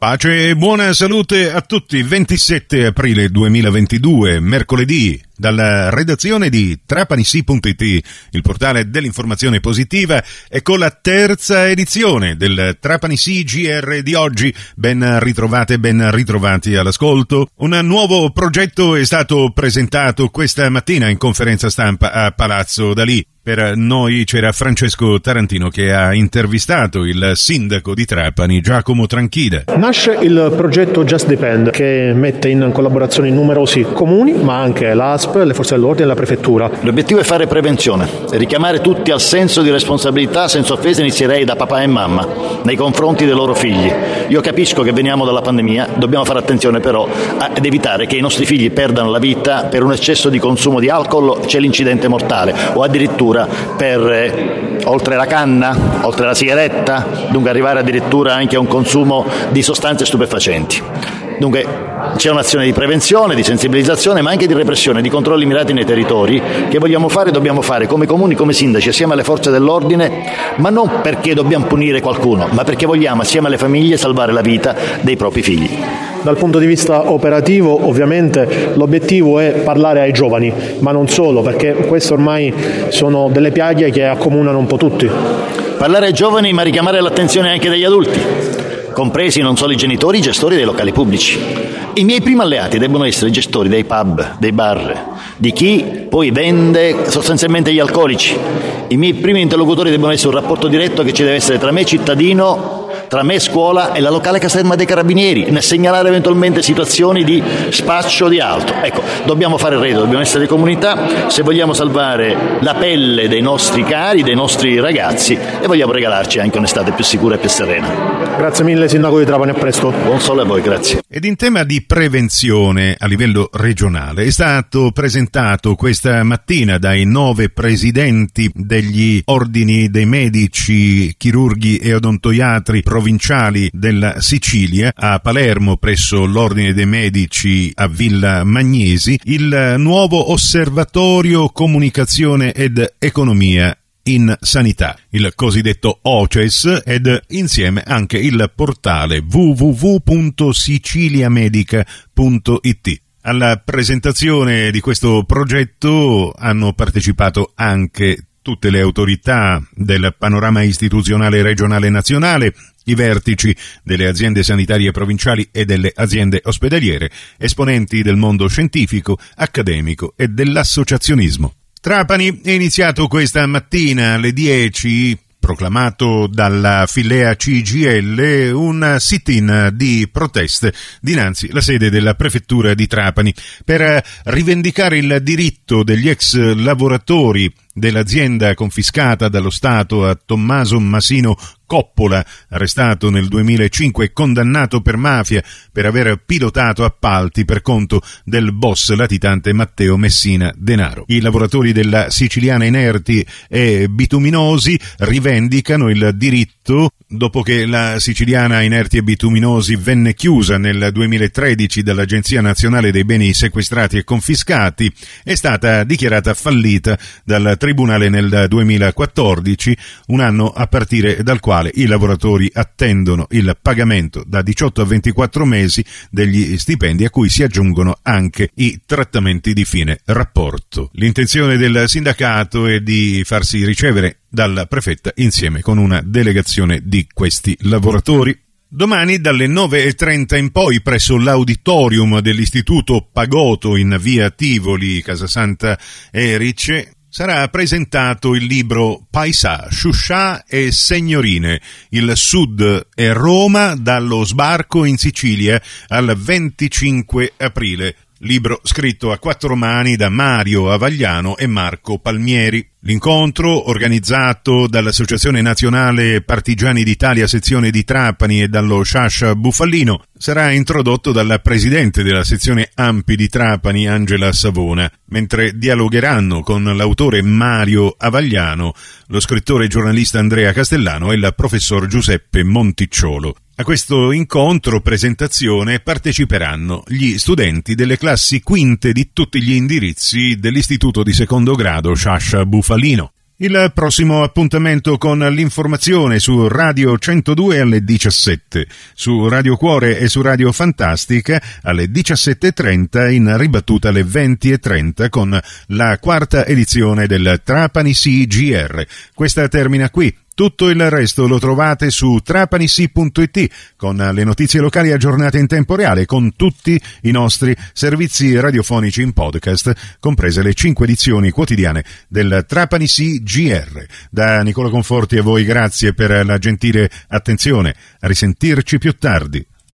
Pace e buona salute a tutti. 27 aprile 2022, mercoledì, dalla redazione di trapanisi.it, il portale dell'informazione positiva, e con la terza edizione del Trapanisi GR di oggi. Ben ritrovate, ben ritrovati all'ascolto. Un nuovo progetto è stato presentato questa mattina in conferenza stampa a Palazzo Dalì. Per noi c'era Francesco Tarantino che ha intervistato il sindaco di Trapani, Giacomo Tranchida. Nasce il progetto Just Depend, che mette in collaborazione numerosi comuni, ma anche l'ASP, le forze dell'ordine e la prefettura. L'obiettivo è fare prevenzione, richiamare tutti al senso di responsabilità. Senza offesa inizierei da papà e mamma nei confronti dei loro figli. Io capisco che veniamo dalla pandemia, dobbiamo fare attenzione però ad evitare che i nostri figli perdano la vita per un eccesso di consumo di alcol, c'è l'incidente mortale, o addirittura per oltre la canna, oltre la sigaretta, dunque arrivare addirittura anche a un consumo di sostanze stupefacenti. Dunque c'è un'azione di prevenzione, di sensibilizzazione, ma anche di repressione, di controlli mirati nei territori che vogliamo fare, dobbiamo fare come comuni, come sindaci, assieme alle forze dell'ordine, ma non perché dobbiamo punire qualcuno, ma perché vogliamo assieme alle famiglie salvare la vita dei propri figli. Dal punto di vista operativo, ovviamente, l'obiettivo è parlare ai giovani, ma non solo, perché queste ormai sono delle piaghe che accomunano un po' tutti. Parlare ai giovani, ma richiamare l'attenzione anche degli adulti, compresi non solo i genitori, i gestori dei locali pubblici. I miei primi alleati debbono essere i gestori dei pub, dei bar, di chi poi vende sostanzialmente gli alcolici. I miei primi interlocutori debbono essere un rapporto diretto che ci deve essere tra me cittadino, tra me scuola e la locale caserma dei carabinieri, nel segnalare eventualmente situazioni di spaccio o di altro. Ecco, dobbiamo fare rete, dobbiamo essere comunità se vogliamo salvare la pelle dei nostri cari, dei nostri ragazzi, e vogliamo regalarci anche un'estate più sicura e più serena. Grazie mille sindaco di Trapani, a presto. Buon sole a voi, grazie. Ed in tema di prevenzione a livello regionale è stato presentato questa mattina dai 9 presidenti degli ordini dei medici, chirurghi e odontoiatri provinciali della Sicilia a Palermo presso l'Ordine dei Medici a Villa Magnesi il nuovo osservatorio comunicazione ed economia in sanità, il cosiddetto OCES, ed insieme anche il portale www.siciliamedica.it. Alla presentazione di questo progetto hanno partecipato anche tutte le autorità del panorama istituzionale regionale e nazionale, i vertici delle aziende sanitarie provinciali e delle aziende ospedaliere, esponenti del mondo scientifico, accademico e dell'associazionismo. Trapani è iniziato questa mattina alle 10, proclamato dalla Filea CGIL, un sit-in di proteste dinanzi alla sede della prefettura di Trapani per rivendicare il diritto degli ex lavoratori dell'azienda confiscata dallo Stato a Tommaso Masino Coppola, arrestato nel 2005 e condannato per mafia per aver pilotato appalti per conto del boss latitante Matteo Messina Denaro. I lavoratori della Siciliana Inerti e Bituminosi rivendicano il diritto, dopo che la Siciliana Inerti e Bituminosi venne chiusa nel 2013 dall'Agenzia Nazionale dei Beni Sequestrati e Confiscati, è stata dichiarata fallita dal Tribunale nel 2014, un anno a partire dal quale i lavoratori attendono il pagamento da 18 a 24 mesi degli stipendi, a cui si aggiungono anche i trattamenti di fine rapporto. L'intenzione del sindacato è di farsi ricevere dalla prefetta insieme con una delegazione di questi lavoratori. Domani dalle 9:30 in poi presso l'auditorium dell'Istituto Pagoto in via Tivoli, Casa Santa Erice, sarà presentato il libro Paesà, Sciuscià e Signorine, il Sud e Roma dallo sbarco in Sicilia al 25 aprile. Libro scritto a 4 mani da Mario Avagliano e Marco Palmieri. L'incontro, organizzato dall'Associazione Nazionale Partigiani d'Italia sezione di Trapani e dallo Sciascia Buffallino, sarà introdotto dalla presidente della sezione Ampi di Trapani, Angela Savona, mentre dialogheranno con l'autore Mario Avagliano, lo scrittore e giornalista Andrea Castellano e il professor Giuseppe Monticciolo. A questo incontro presentazione parteciperanno gli studenti delle classi quinte di tutti gli indirizzi dell'Istituto di secondo grado Sciascia Buffalino. Il prossimo appuntamento con l'informazione su Radio 102 alle 17, su Radio Cuore e su Radio Fantastica alle 17.30, in ribattuta alle 20.30 con la quarta edizione del Trapani CGR. Questa termina qui. Tutto il resto lo trovate su trapanisi.it con le notizie locali aggiornate in tempo reale, con tutti i nostri servizi radiofonici in podcast, comprese le 5 edizioni quotidiane del Trapani CGR. Da Nicola Conforti a voi grazie per la gentile attenzione. A risentirci più tardi.